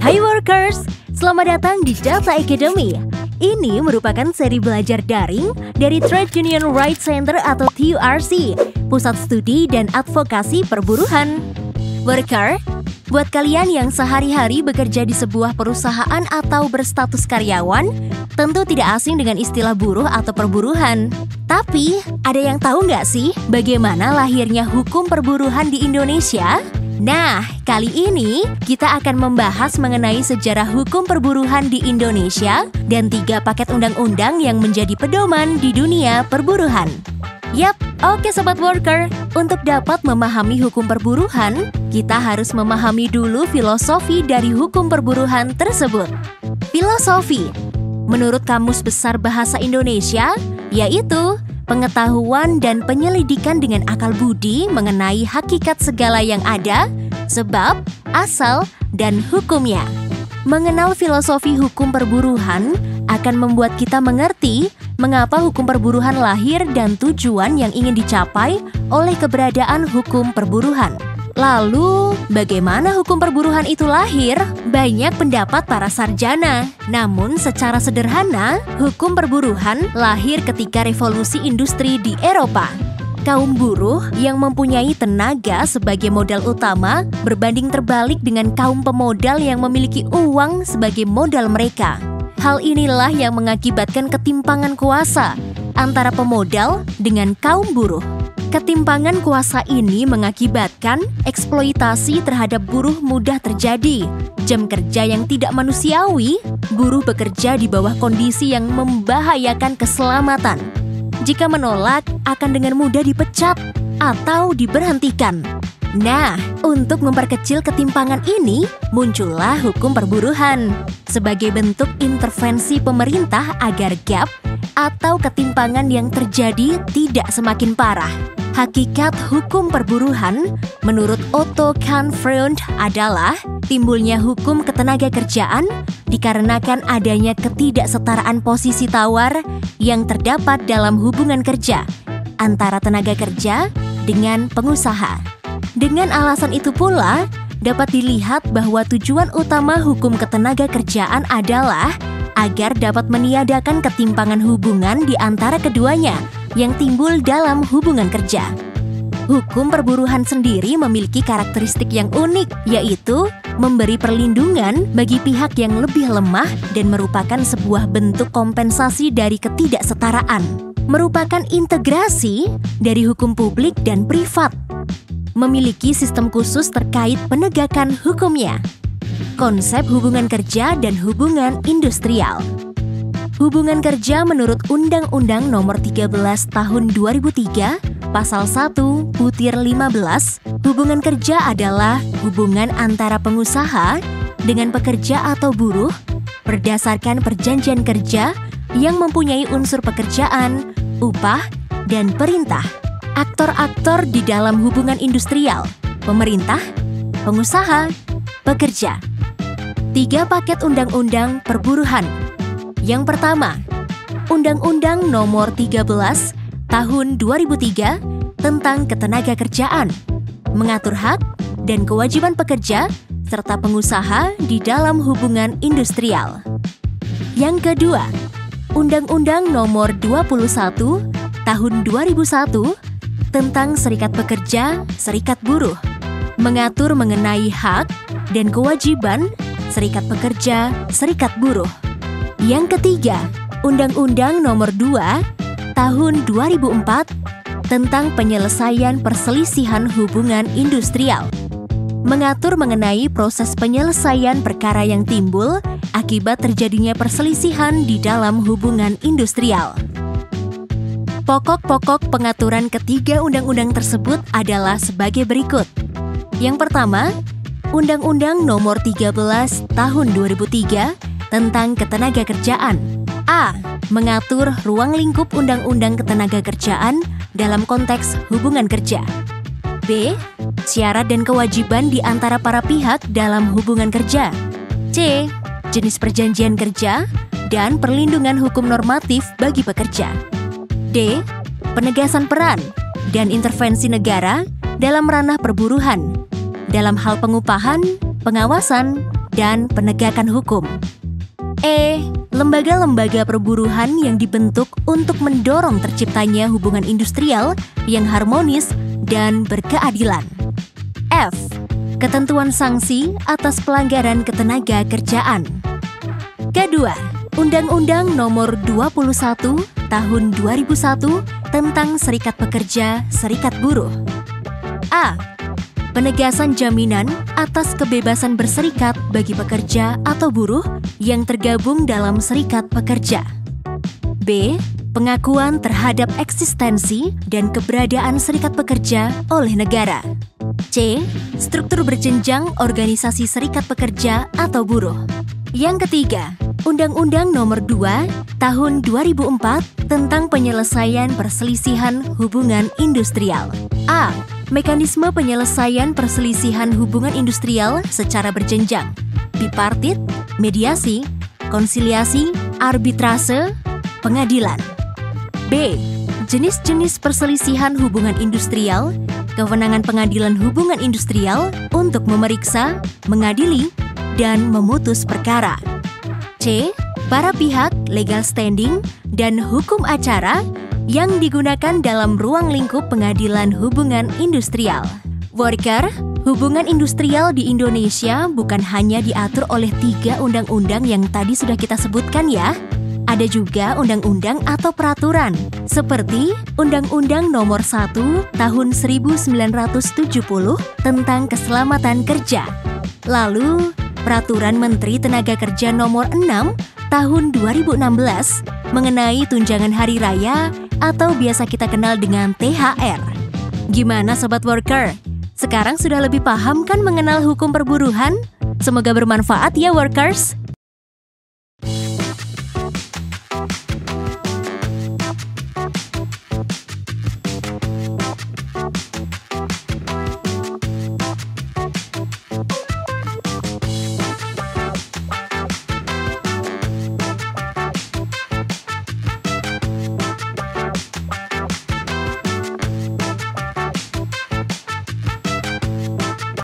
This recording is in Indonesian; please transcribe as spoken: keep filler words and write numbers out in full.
Hai workers, selamat datang di Data Academy. Ini merupakan seri belajar daring dari Trade Union Rights Center atau T U R C, Pusat Studi dan Advokasi Perburuhan. Worker, buat kalian yang sehari-hari bekerja di sebuah perusahaan atau berstatus karyawan, tentu tidak asing dengan istilah buruh atau perburuhan. Tapi, ada yang tahu nggak sih bagaimana lahirnya hukum perburuhan di Indonesia? Nah, kali ini kita akan membahas mengenai sejarah hukum perburuhan di Indonesia dan tiga paket undang-undang yang menjadi pedoman di dunia perburuhan. Yap, oke sobat worker, untuk dapat memahami hukum perburuhan, kita harus memahami dulu filosofi dari hukum perburuhan tersebut. Filosofi, menurut Kamus Besar Bahasa Indonesia, yaitu pengetahuan dan penyelidikan dengan akal budi mengenai hakikat segala yang ada, sebab, asal, dan hukumnya. Mengenal filosofi hukum perburuhan akan membuat kita mengerti mengapa hukum perburuhan lahir dan tujuan yang ingin dicapai oleh keberadaan hukum perburuhan. Lalu, bagaimana hukum perburuhan itu lahir? Banyak pendapat para sarjana. Namun, secara sederhana, hukum perburuhan lahir ketika revolusi industri di Eropa. Kaum buruh yang mempunyai tenaga sebagai modal utama berbanding terbalik dengan kaum pemodal yang memiliki uang sebagai modal mereka. Hal inilah yang mengakibatkan ketimpangan kuasa antara pemodal dengan kaum buruh. Ketimpangan kuasa ini mengakibatkan eksploitasi terhadap buruh mudah terjadi. Jam kerja yang tidak manusiawi, buruh bekerja di bawah kondisi yang membahayakan keselamatan. Jika menolak, akan dengan mudah dipecat atau diberhentikan. Nah, untuk memperkecil ketimpangan ini, muncullah hukum perburuhan sebagai bentuk intervensi pemerintah agar gap atau ketimpangan yang terjadi tidak semakin parah. Hakikat hukum perburuhan menurut Otto von Freund adalah timbulnya hukum ketenagakerjaan dikarenakan adanya ketidaksetaraan posisi tawar yang terdapat dalam hubungan kerja antara tenaga kerja dengan pengusaha. Dengan alasan itu pula, dapat dilihat bahwa tujuan utama hukum ketenagakerjaan adalah agar dapat meniadakan ketimpangan hubungan di antara keduanya yang timbul dalam hubungan kerja. Hukum perburuhan sendiri memiliki karakteristik yang unik, yaitu memberi perlindungan bagi pihak yang lebih lemah dan merupakan sebuah bentuk kompensasi dari ketidaksetaraan. Merupakan integrasi dari hukum publik dan privat. Memiliki sistem khusus terkait penegakan hukumnya. Konsep hubungan kerja dan hubungan industrial. Hubungan kerja menurut Undang-Undang Nomor tiga belas Tahun dua ribu tiga, Pasal satu, Butir lima belas, hubungan kerja adalah hubungan antara pengusaha dengan pekerja atau buruh berdasarkan perjanjian kerja yang mempunyai unsur pekerjaan, upah, dan perintah. Aktor-aktor di dalam hubungan industrial, pemerintah, pengusaha, pekerja. Tiga paket undang-undang perburuhan. Yang pertama, Undang-Undang Nomor tiga belas Tahun dua ribu tiga tentang Ketenagakerjaan, mengatur hak dan kewajiban pekerja serta pengusaha di dalam hubungan industrial. Yang kedua, Undang-Undang Nomor dua puluh satu Tahun dua ribu satu tentang Serikat Pekerja, Serikat Buruh, mengatur mengenai hak dan kewajiban Serikat Pekerja, Serikat Buruh. Yang ketiga, Undang-Undang Nomor dua Tahun dua ribu empat tentang Penyelesaian Perselisihan Hubungan Industrial, mengatur mengenai proses penyelesaian perkara yang timbul akibat terjadinya perselisihan di dalam hubungan industrial. Pokok-pokok pengaturan ketiga undang-undang tersebut adalah sebagai berikut. Yang pertama, Undang-Undang Nomor tiga belas Tahun dua ribu tiga tentang Ketenagakerjaan. A. Mengatur ruang lingkup Undang-Undang Ketenagakerjaan dalam konteks hubungan kerja. B. Syarat dan kewajiban di antara para pihak dalam hubungan kerja. C. Jenis perjanjian kerja dan perlindungan hukum normatif bagi pekerja. D. Penegasan peran dan intervensi negara dalam ranah perburuhan, dalam hal pengupahan, pengawasan, dan penegakan hukum. E. Lembaga-lembaga perburuhan yang dibentuk untuk mendorong terciptanya hubungan industrial yang harmonis dan berkeadilan. F. Ketentuan sanksi atas pelanggaran ketenaga kerjaan. Kedua, Undang-Undang Nomor dua puluh satu Tahun dua ribu satu tentang Serikat Pekerja, Serikat Buruh. A. Penegasan jaminan atas kebebasan berserikat bagi pekerja atau buruh yang tergabung dalam serikat pekerja. B. Pengakuan terhadap eksistensi dan keberadaan serikat pekerja oleh negara. C. Struktur berjenjang organisasi serikat pekerja atau buruh. Yang ketiga, Undang-Undang Nomor dua Tahun dua ribu empat tentang penyelesaian perselisihan hubungan industrial. A. Mekanisme penyelesaian perselisihan hubungan industrial secara berjenjang, bipartit, mediasi, konsiliasi, arbitrase, pengadilan. B. Jenis-jenis perselisihan hubungan industrial, kewenangan pengadilan hubungan industrial untuk memeriksa, mengadili, dan memutus perkara. C. Para pihak, legal standing, dan hukum acara yang digunakan dalam ruang lingkup pengadilan hubungan industrial. Worker, hubungan industrial di Indonesia bukan hanya diatur oleh tiga undang-undang yang tadi sudah kita sebutkan ya. Ada juga undang-undang atau peraturan, seperti Undang-Undang Nomor satu Tahun seribu sembilan ratus tujuh puluh tentang keselamatan kerja. Lalu, Peraturan Menteri Tenaga Kerja Nomor enam Tahun dua ribu enam belas mengenai tunjangan hari raya atau biasa kita kenal dengan T H R. Gimana Sobat Worker? Sekarang sudah lebih paham kan mengenal hukum perburuhan? Semoga bermanfaat ya Workers!